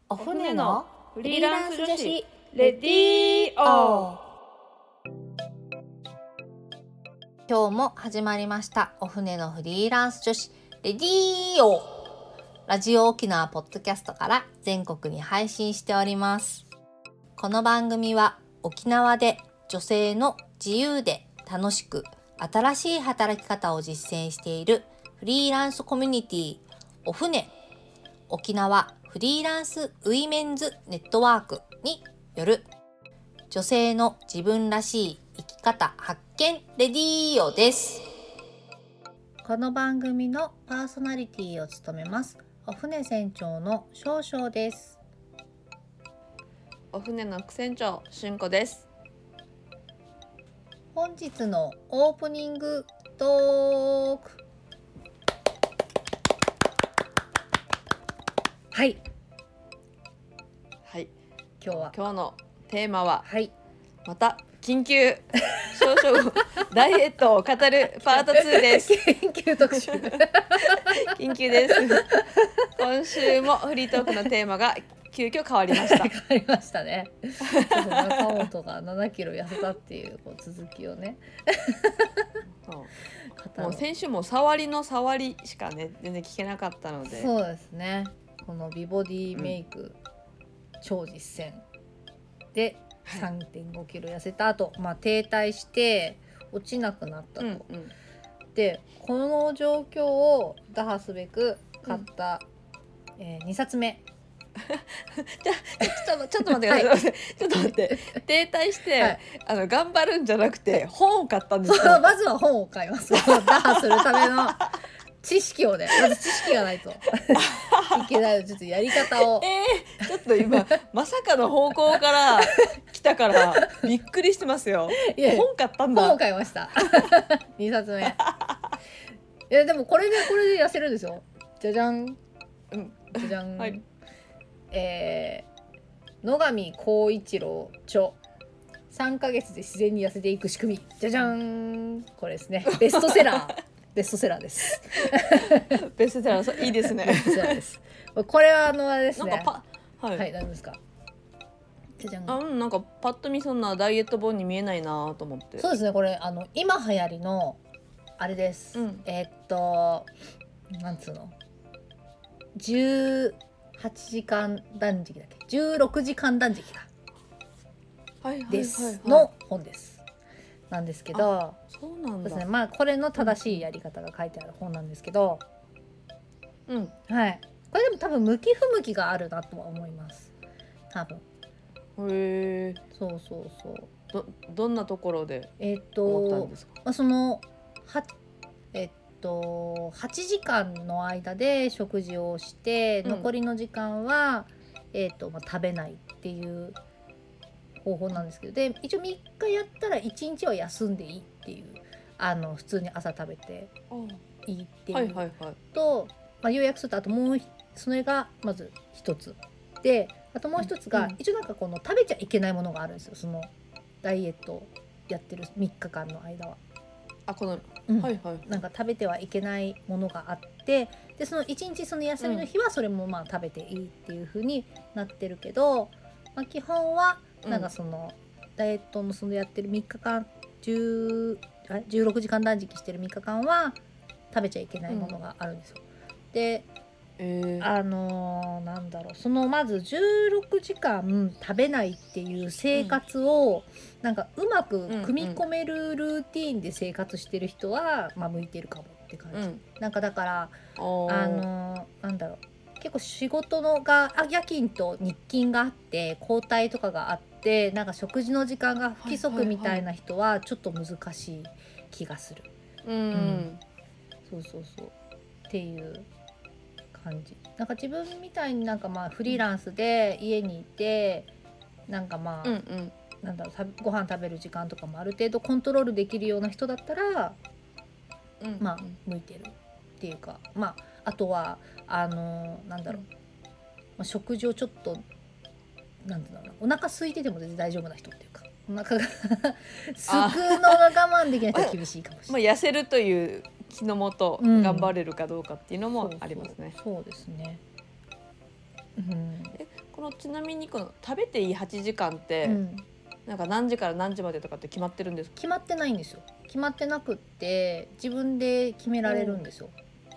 お船のフリーランス女子レディオ。 今日も始まりましたお船のフリーランス女子レディオ。ラジオ沖縄ポッドキャストから全国に配信しております。この番組は沖縄で女性の自由で楽しく新しい働き方を実践しているフリーランスコミュニティお船沖縄フリーランスウィメンズネットワークによる女性の自分らしい生き方発見レディオです。この番組のパーソナリティを務めますお船船長の少々です。 お船の副船長しゅんこです。 本日のオープニングトーク、はいはい、 今日のテーマは、 はい、 また緊急少々ダイエットを語るパート2です。 緊急特集緊急です。今週もフリートークのテーマが急遽変わりました。 変わりましたね。中本が7キロ痩せたっていう続きをねもう先週も触りの触りしかね全然聞けなかったので、 そうですね、この美ボディメイク、超実践で 3.5 キロ痩せた後、停滞して落ちなくなったと、でこの状況を打破すべく買った、2冊目ちょっと待ってください、ちょっと待って、停滞して、頑張るんじゃなくて本を買ったんですよ。 まずは本を買います打破するための知識をね、まず知識がないといけないの。ちょっとやり方を、 ちょっと今まさかの方向から来たからびっくりしてますよ。本買ったんだ。 本を買いました2冊目。でもこれで痩せるんですよ。じゃじゃん、じゃじゃん、はい、野上浩一郎著3ヶ月で自然に痩せていく仕組み、じゃじゃん、これですね。ベストセラーベストセラーですベストセラーいいですね。 ベストセラーです。これはあれですね。 はい、 大丈夫ですか。じゃじゃん。 なんかパッと見そんなダイエット本に見えないなと思って。 そうですね、これ今流行りのあれです、なんつうの、18時間断食だっけ、16時間断食か、ですの本です。なんですけど、 そうなんだ。 ですね、これの正しいやり方が書いてある本なんですけど、はい、これでも多分向き不向きがあるなとは思います。多分。 へえ。 そうそうそう。 どんなところで思ったんですか。 その8時間の間で食事をして、残りの時間は、食べないっていう方法なんですけど、で一応3日やったら1日は休んでいいっていう、普通に朝食べていいっていうと、要約すると、あともうそれがまず一つで、あともう一つが、一応なんかこの食べちゃいけないものがあるんですよ、そのダイエットやってる3日間の間は。なんか食べてはいけないものがあって、でその1日その休みの日はそれも食べていいっていう風になってるけど、基本はなんかその、ダイエットのそのやってる3日間16時間断食してる3日間は食べちゃいけないものがあるんですよ。でなんだろう、そのまず16時間食べないっていう生活を、なんかうまく組み込めるルーティーンで生活してる人は、向いてるかもって感じ、なんかだからなんだろう、結構仕事のが夜勤と日勤があって交代とかがあって、なんか食事の時間が不規則みたいな人はちょっと難しい気がする。そうそうそうっていう感じ。なんか自分みたいになんかフリーランスで家にいて、なんかなんだろう、ご飯食べる時間とかもある程度コントロールできるような人だったら、向いてるっていうか、あとはなんだろう、食事をちょっとなんだろうな、お腹空いてても全然大丈夫な人っていうか、お腹がすくのが我慢できない人は厳しいかもしれない。 痩せるという気のもと頑張れるかどうかっていうのもありますね。 そうですね。 このちなみにこの食べていい8時間って、なんか何時から何時までとかって決まってるんですか？ 決まってないんですよ。決まってなくって自分で決められるんですよ。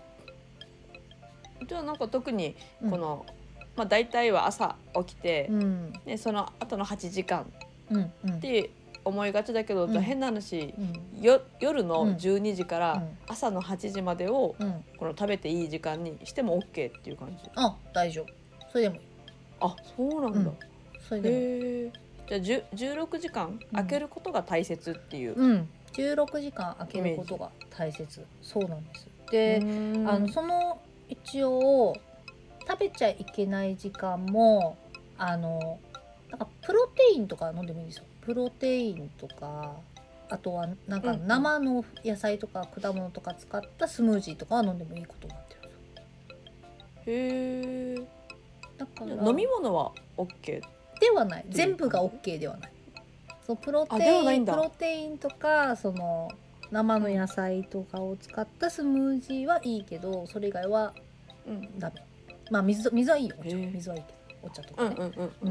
じゃあなんか特にこの、大体は朝起きて、でその後の8時間って思いがちだけど、じゃあ変な話、夜の12時から朝の8時までをこの食べていい時間にしても OK っていう感じ？ あ、大丈夫。それでもいい。 あ、そうなんだ。 それでもじゃあ16時間空けることが大切っていう、 16時間空けることが大切。そうなんです。で、その一応食べちゃいけない時間もなんかプロテインとか飲んでもいいんですよ。プロテインとか、あとはなんか生の野菜とか果物とか使ったスムージーとかは飲んでもいいことになってるんですよ。 へえ。 だから飲み物は OK？ ではない。全部が OK ではない。そう、プロテインとかその生の野菜とかを使ったスムージーはいいけど、それ以外はダメ。まあ水はいいよ。水はいいけど、お茶とかね。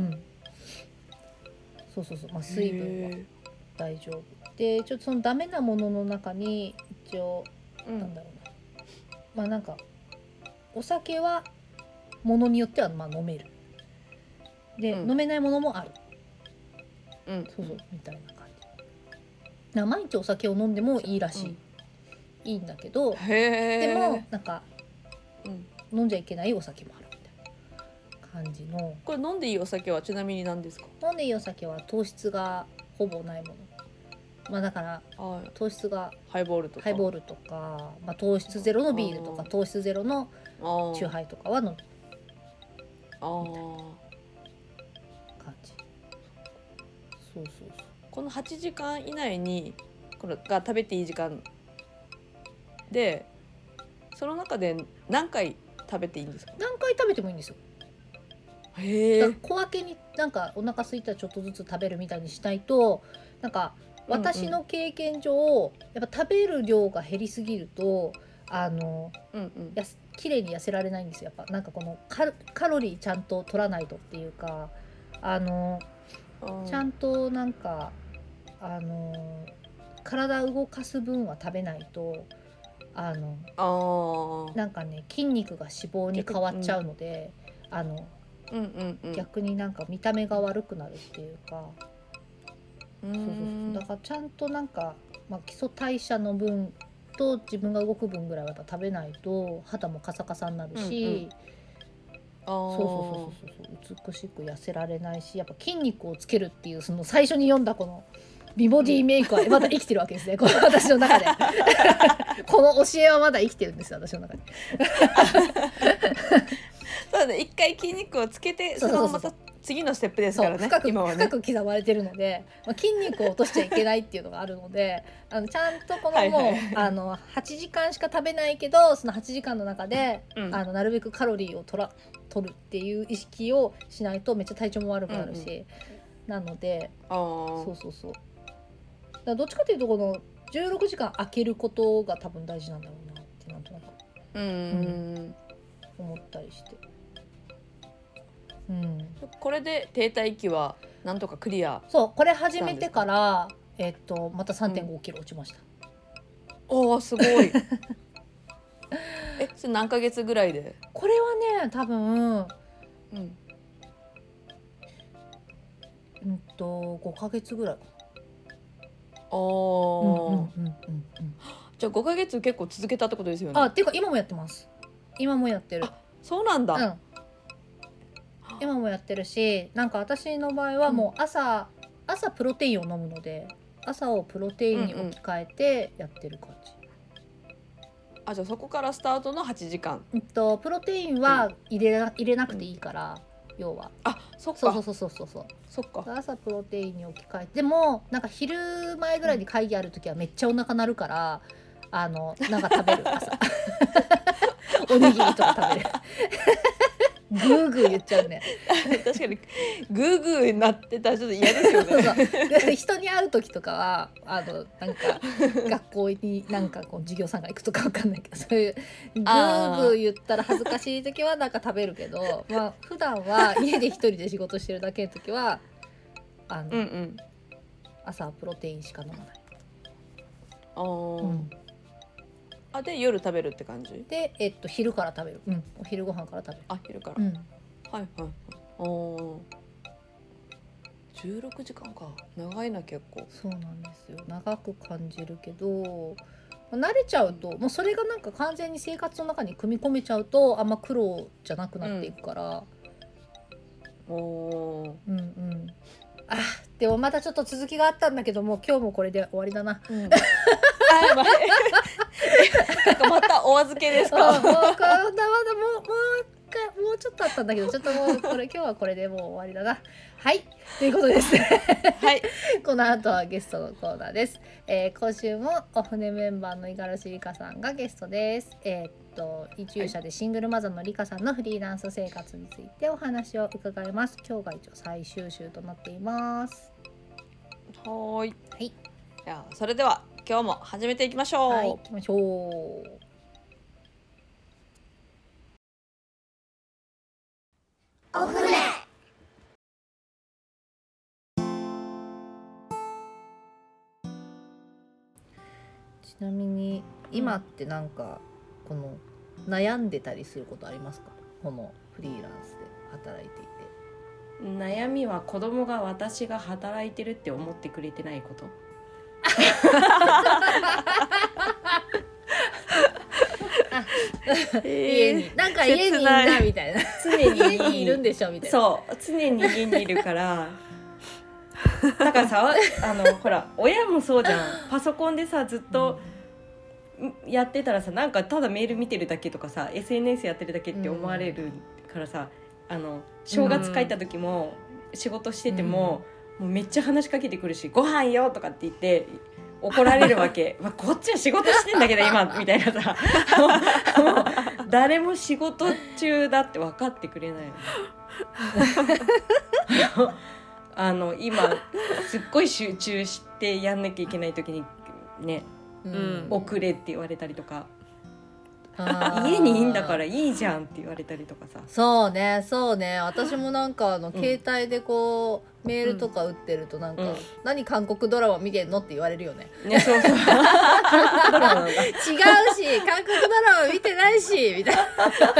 そうそうそう。まあ水分は大丈夫。で、ちょっとそのダメなものの中に一応なんだろうな。まあなんかお酒はものによってはまあ飲める。で、飲めないものもある。そうそうみたいな感じ。毎日お酒を飲んでもいいらしい。いいんだけど、でもなんか、飲んじゃいけないお酒もあるみたいな感じの。 これ飲んでいいお酒はちなみに何ですか？ 飲んでいいお酒は糖質がほぼないもの。まあだから糖質がハイボールとか、まあ、糖質ゼロのビールとか糖質ゼロのチューハイとかは飲むみたいな感じ。そうそうそう。 この8時間以内にこれが食べていい時間で、その中で何回食べていいんですか？ 何回食べてもいいんですよ。 へえ。 小分けになんかお腹空いたらちょっとずつ食べるみたいにしないと、なんか私の経験上、やっぱ食べる量が減りすぎると綺麗に痩せられないんですよ。やっぱなんかこのカロリーちゃんと取らないとっていうか、ちゃんとなんか体動かす分は食べないとなんかね、筋肉が脂肪に変わっちゃうので、逆になんか見た目が悪くなるっていうか、そうだからちゃんとなんか、基礎代謝の分と自分が動く分ぐらいはやっぱ食べないと肌もカサカサになるし、そう美しく痩せられないし、やっぱ筋肉をつけるっていうその最初に読んだこの美ボディメイクはまだ生きてるわけですね。この私の中でこの教えはまだ生きてるんですよ、私の中で。 そうだ、一回筋肉をつけて、そのまた次のステップですからね。深く刻まれてるので、筋肉を落としちゃいけないっていうのがあるので、ちゃんとこのもう、8時間しか食べないけど、その8時間の中で、なるべくカロリーを取るっていう意識をしないとめっちゃ体調も悪くなるし、なのでそうだからどっちかというとこの16時間空けることが多分大事なんだろうなってなんとなく思ったりして。 これで停滞期はなんとかクリア。 そう、これ始めてからまた 3.5 キロ落ちました。 おー、すごい。それ何ヶ月ぐらいで？ これはね、多分5ヶ月ぐらいかな。 じゃあ5ヶ月結構続けたってことですよね。 っていうか今もやってます。今もやってる。 そうなんだ。 今もやってるし、なんか私の場合はもう朝プロテインを飲むので、朝をプロテインに置き換えてやってる感じ。 じゃあそこからスタートの8時間。 プロテインは入れなくていいから、要は。 そっか。 そう。 そっか。 朝プロテインに置き換えて、でもなんか昼前ぐらいに会議ある時はめっちゃお腹鳴るから、なんか食べる朝。おにぎりとか食べる。 グーグー言っちゃうね確かにグーグーになってたらちょっと嫌ですよね。 そう人に会う時とかはなんか学校になんかこう授業参加行くとかわかんないけど、そういうグーグー言ったら恥ずかしい時はなんか食べるけど、まあ普段は家で一人で仕事してるだけの時は朝はプロテインしか飲まない。 あ、で夜食べるって感じで、昼から食べる、お昼ご飯から食べる。 あ、昼から、はい16時間か、長いな結構。 そうなんですよ、長く感じるけど慣れちゃうともうそれがなんか完全に生活の中に組み込めちゃうとあんま苦労じゃなくなっていくから、あ、でもまたちょっと続きがあったんだけども今日もこれで終わりだな。 なんかまたお預けですか？ もうちょっとあったんだけど、ちょっともう今日はこれでもう終わりだな。はいということですね。はい。この後はゲストのコーナーです。今週もお船メンバーの五十嵐里香さんがゲストです。移住者でシングルマザーの里香さんのフリーランス生活についてお話を伺います。今日が一応最終週となっています。 はい。じゃあそれでは今日も始めていきましょう。 行きましょう。お船。ちなみに今ってなんかこの悩んでたりすることありますか？このフリーランスで働いていて。 悩みは子供が私が働いてるって思ってくれてないこと。 家になんか家にいなみたいな、 常に家にいるんでしょみたいな。 そう常に家にいるからだからさほら親もそうじゃん。パソコンでさずっとやってたらさ、なんかただメール見てるだけとかさ SNS やってるだけって思われるからさ、正月帰った時も仕事してても、もうめっちゃ話しかけてくるし、ご飯よとかって言って怒られるわけ。まあ、こっちは仕事してんだけど今みたいなさもう誰も仕事中だって分かってくれないの。今すっごい集中してやんなきゃいけない時にね、遅れって言われたりとか、家にいいんだからいいじゃんって言われたりとかさ。 そうね私もなんか携帯でこうメールとか打ってるとなんか、何韓国ドラマ見てんのって言われるよね。 そうそう韓国ドラマなんだ。 違うし韓国ドラマ見てないしみたいな。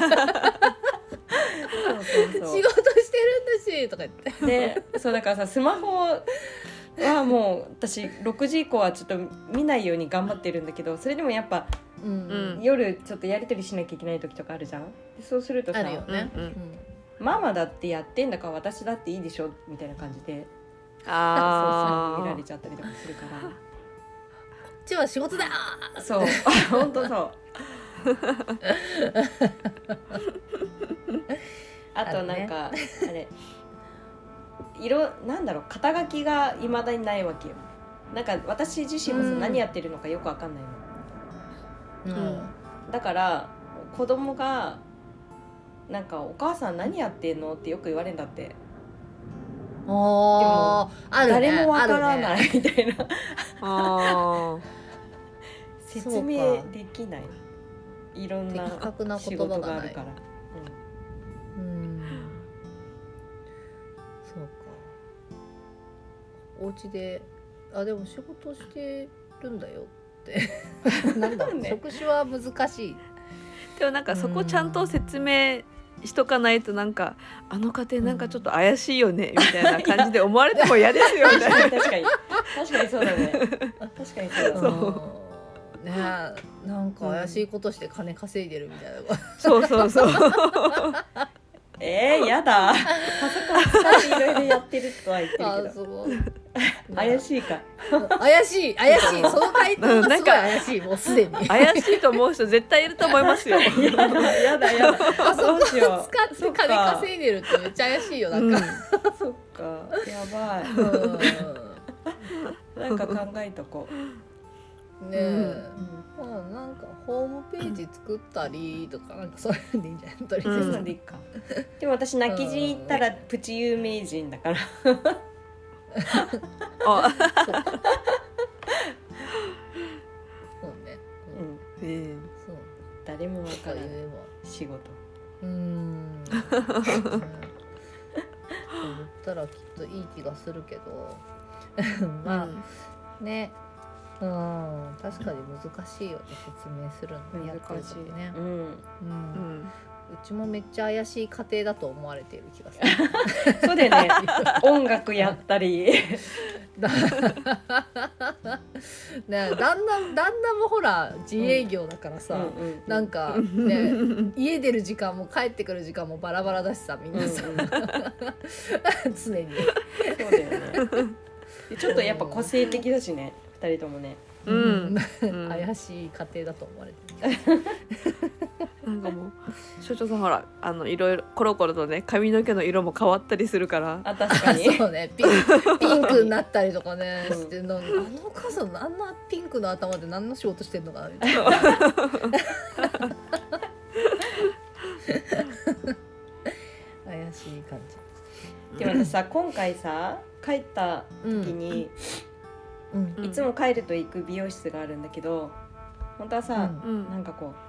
そう仕事してるんだしとか言ってで、そうだからさ、スマホはもう私6時以降はちょっと見ないように頑張ってるんだけど、それでもやっぱ、夜ちょっとやり取りしなきゃいけない時とかあるじゃん。でそうするとさ、 あるよね、 ママだってやってんだから私だっていいでしょみたいな感じで見られちゃったりとかするからこっちは仕事だー。そう本当そうあとなんか あれなんだろう、肩書きが未だにないわけよ。なんか私自身もさ、何やってるのかよくわかんないの、だから子供がなんかお母さん何やってんのってよく言われるんだって。でも誰もわからないみたいな説明できない、いろんな仕事があるから。 そうか。お家ででも仕事してるんだよってなんだろう、職種は難しい。 でもなんかそこちゃんと説明しとかないと、なんかあの家庭なんかちょっと怪しいよねみたいな感じで思われても嫌ですよね。 確かにそうだね。確かにそうだね。なんか怪しいことして金稼いでるみたいな、 そうやだ。パソコン使っていろいろやってるとは言ってるけど怪しいか。 怪しいその回答がすごい怪しい。もうすでに怪しいと思う人絶対いると思いますよ。 やだパソコン使って金稼いでるってめっちゃ怪しいよ。なんか、 そっか、やばい。なんか考えとこう。 まあなんかホームページ作ったりとかなんかそういうのでいいんじゃないとりあえず、 そうでいいか。でも私泣き地行ったらプチ有名人だからあそうね、そう誰もわからない仕事そう言ったらきっといい気がするけどまあ、ね、確かに難しいよね、説明するのやってる時ね。うちもめっちゃ怪しい家庭だと思われている気がするそうだよね音楽やったりね、旦那もほら自営業だからさ、なんかね家出る時間も帰ってくる時間もバラバラだしさ、みんなさ、常にそうだよねちょっとやっぱ個性的だしね、2人ともね、 怪しい家庭だと思われてるなんかもう所長さんほらいろいろコロコロとね髪の毛の色も変わったりするから、 あ確かにそうね、ピンクになったりとかね、して、あのお母さんあんなピンクの頭で何の仕事してんのかなみたいな怪しい感じ。 でも私さ今回さ帰った時に、いつも帰ると行く美容室があるんだけど、本当はさ、なんかこう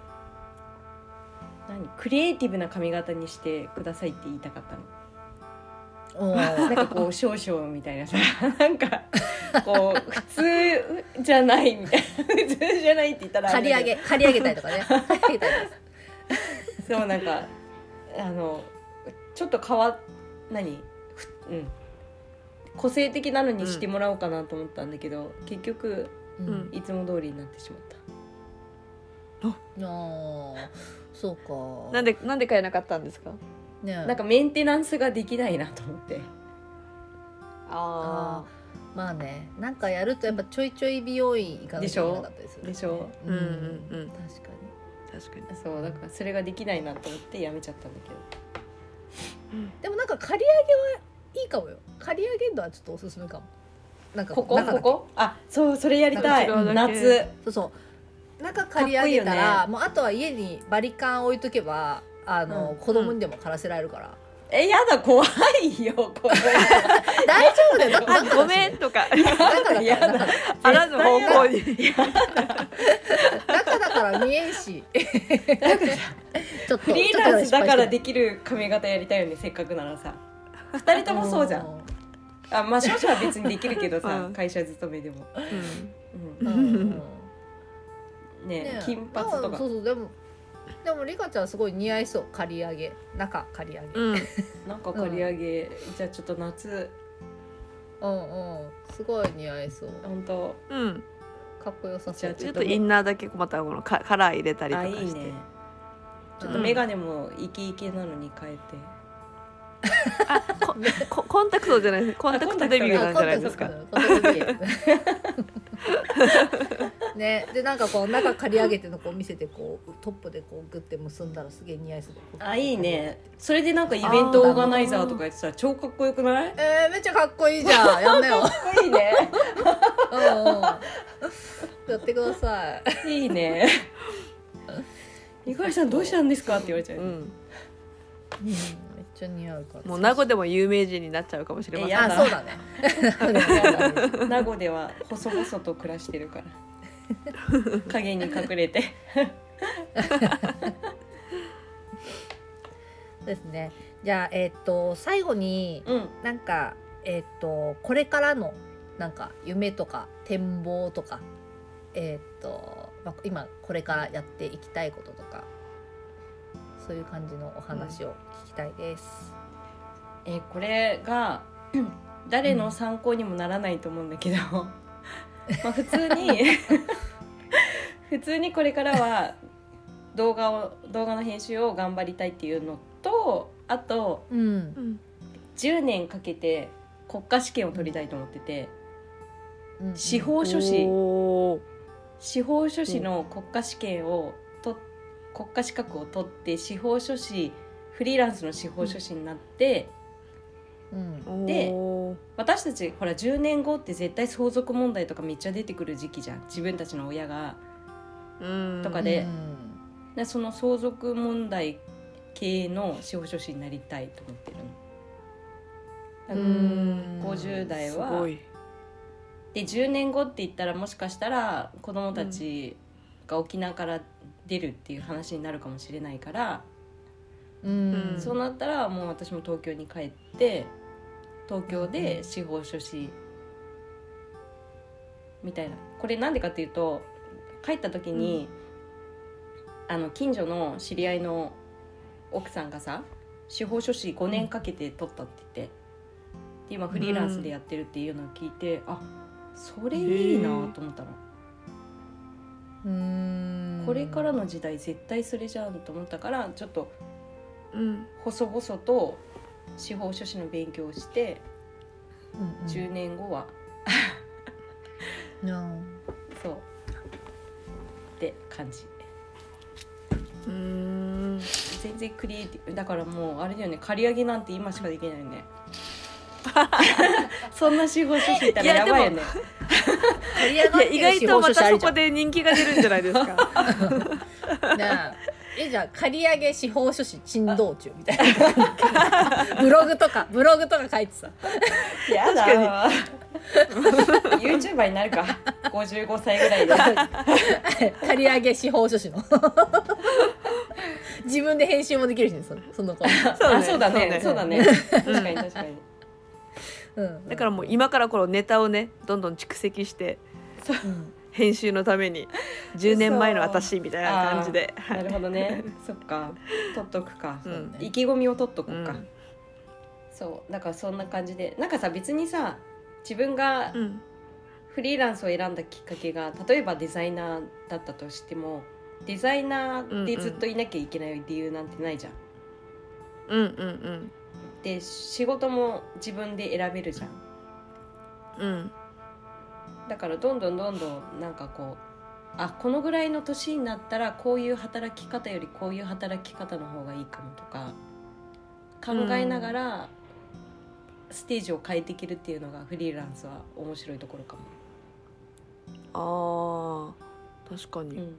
クリエイティブな髪型にしてくださいって言いたかったの。なんかこう少々みたいなさなんかこう普通じゃないみたいな普通じゃないって言ったら刈り上げたりとかねそうなんかちょっと個性的なのにしてもらおうかなと思ったんだけど、結局、いつも通りになってしまった。 そうか。 なんで買えなかったんですか？ ね、 なんかメンテナンスができないなと思って。 まあね、なんかやるとやっぱちょいちょい美容院行かなきゃいけなかったりする、ね、 でしょ。 確かにそうだからそれができないなと思ってやめちゃったんだけど、 でもなんか刈り上げはいいかもよ。刈り上げるのはちょっとおすすめかも。なんかここそうそれやりたい。夏そう中刈り上げたら、もうあとは家にバリカン置いとけば子供にでも刈らせられるから。 やだ怖いよこれ大丈夫だよ。 あごめんとかやだあらぬ方向に中だから見えんしちょっとフリーランスだからできる髪型やりたいよね、せっかくならさ。2人ともそうじゃん。まあ少々は別にできるけどさ、会社勤めでも、ね、金髪とか。 そうでもリカちゃんすごい似合いそう。刈り上げ、中刈り上げ、 中刈り上げ、じゃあちょっと夏すごい似合いそう。 本当かっこよさそう。 ちょっとインナーだけまたこのカラー入れたりとかして、いいね。 ちょっとメガネもイケイケなのに変えて、 コンタクトじゃないです。コンタクトデビューなんじゃないですか。 ね、でなんかこう中刈り上げてのこう見せてこうトップでこうグッて結んだらすげえ似合いそうで。 いいね。それでなんかイベントオーガナイザーとかやってたら超かっこよくない？ めっちゃかっこいいじゃん。やんなよ。 かっこいいね。 やってください。いいね。二階さんどうしたんですかって言われちゃう。 めっちゃ似合うから。 もう名護でも有名人になっちゃうかもしれません。 そうだね。 名護では細々と暮らしてるから影に隠れてですね。じゃあ最後に、なんかこれからのなんか夢とか展望とか今これからやっていきたいこととかそういう感じのお話を聞きたいです。 これが誰の参考にもならないと思うんだけど、まあ普通にこれからは動画の編集を頑張りたいっていうのと、あと、10年かけて国家試験を取りたいと思ってて、司法書士の国家試験を国家資格を取って司法書士フリーランスの司法書士になって、 で私たちほら10年後って絶対相続問題とかめっちゃ出てくる時期じゃん、自分たちの親がとかで、でその相続問題系の司法書士になりたいと思ってるの。50代はで10年後って言ったらもしかしたら子供たちが沖縄から出るっていう話になるかもしれないから、そうなったらもう私も東京に帰って東京で司法書士みたいな。これなんでかっていうと、帰った時に、近所の知り合いの奥さんがさ司法書士5年かけて取ったって言って、で今フリーランスでやってるっていうのを聞いて、あ、それいいなと思ったの。これからの時代絶対それじゃんと思ったから、ちょっと細々と司法書士の勉強をして、10年後はそうって感じ。全然クリエイティブだからもうあれだよね、借り上げなんて今しかできないよねそんな司法書士いたらやばいよねいや意外とまたそこで人気が出るんじゃないですかなあ、じゃあ借り上げ司法書士珍道中みたいなブログとか書いてさやだYouTuber になるか55歳ぐらいで借り上げ司法書士の自分で編集もできるしね、その子そうだね確かにだからもう今からこのネタをねどんどん蓄積して編集のために10年前の私みたいな感じで、 なるほどねそっか取っとくか、意気込みを取っとくか、そうだからそんな感じで、なんかさ別にさ自分がフリーランスを選んだきっかけが例えばデザイナーだったとしても、デザイナーでずっといなきゃいけない理由なんてないじゃん。で仕事も自分で選べるじゃん。だからどんどんなんかこう、このぐらいの年になったらこういう働き方よりこういう働き方の方がいいかもとか考えながらステージを変えていけるっていうのがフリーランスは面白いところかも。確かに、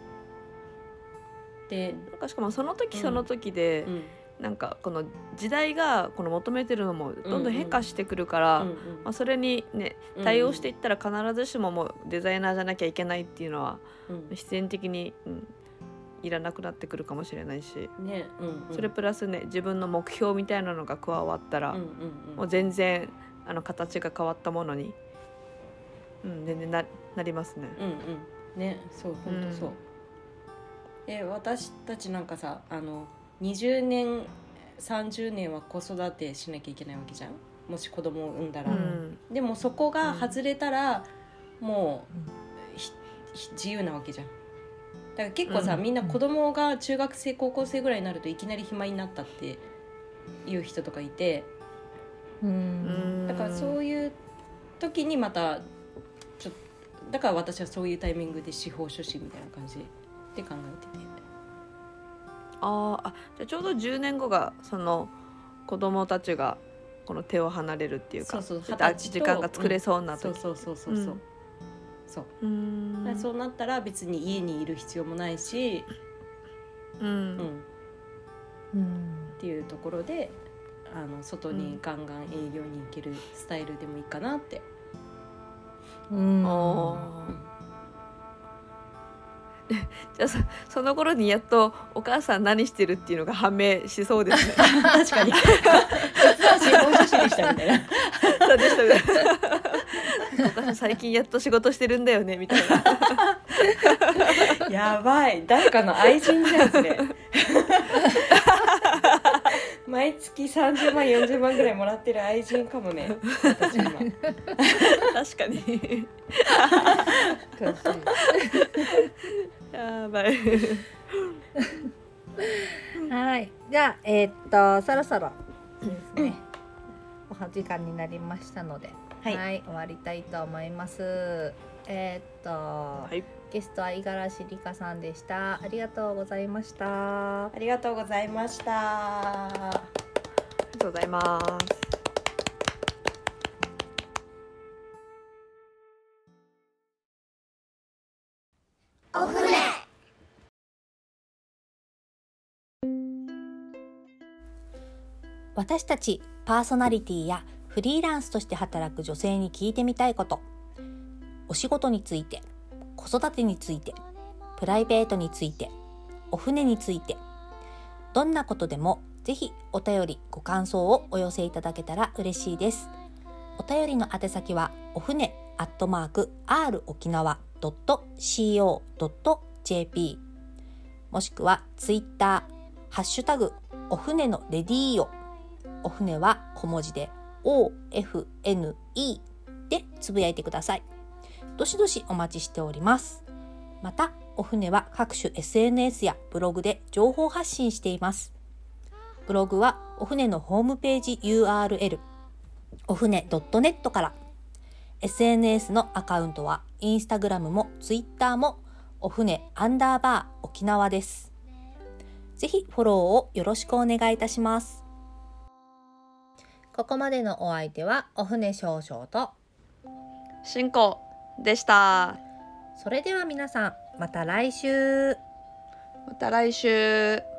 でなんかしかもその時その時で、なんかこの時代がこの求めてるのもどんどん変化してくるから、それにね対応していったら必ずしももうデザイナーじゃなきゃいけないっていうのは、必然的に、いらなくなってくるかもしれないし、それプラスね自分の目標みたいなのが加わったら、もう全然形が変わったものに、全然 なりますね。 ね、そう本当そう。私たちなんかさ20年30年は子育てしなきゃいけないわけじゃん、もし子供を産んだら、でもそこが外れたら、もう自由なわけじゃん。だから結構さ、みんな子供が中学生高校生ぐらいになるといきなり暇になったっていう人とかいて、だからそういう時にまただから私はそういうタイミングで司法書士みたいな感じで考えてて、 じゃあちょうど10年後がその子供たちがこの手を離れるっていうか、時間が作れそうな時、そうなったら別に家にいる必要もないし、っていうところで外にガンガン営業に行けるスタイルでもいいかなって。じゃあその頃にやっとお母さん何してるっていうのが判明しそうですね確かに実は司法書士でしたみたいなそうでしたお母さん最近やっと仕事してるんだよねみたいなやばい、誰かの愛人じゃんそれ毎月30万40万ぐらいもらってる愛人かもね私今確かにやばいはい、じゃあそろそろですね、お時間になりましたので、はい、終わりたいと思います。ゲストは五十嵐里香さんでした。ありがとうございました。 ありがとうございました。 ありがとうございます。 私たちパーソナリティやフリーランスとして働く女性に聞いてみたいこと、お仕事について、子育てについて、プライベートについて、お船について、どんなことでもぜひお便りご感想をお寄せいただけたら嬉しいです。お便りの宛先はお船@r 沖縄 .co.jp もしくはツイッターハッシュタグお船のレディーよ、お船は小文字で OFNE でつぶやいてください。どしどしお待ちしております。またお船は各種 SNS やブログで情報発信しています。ブログはお船のホームページ URL お船 .net から、 SNS のアカウントはインスタグラムもツイッターもお船_沖縄です。ぜひフォローをよろしくお願いいたします。ここまでのお相手はお船少々としんこでした。 それでは皆さんまた来週。 また来週。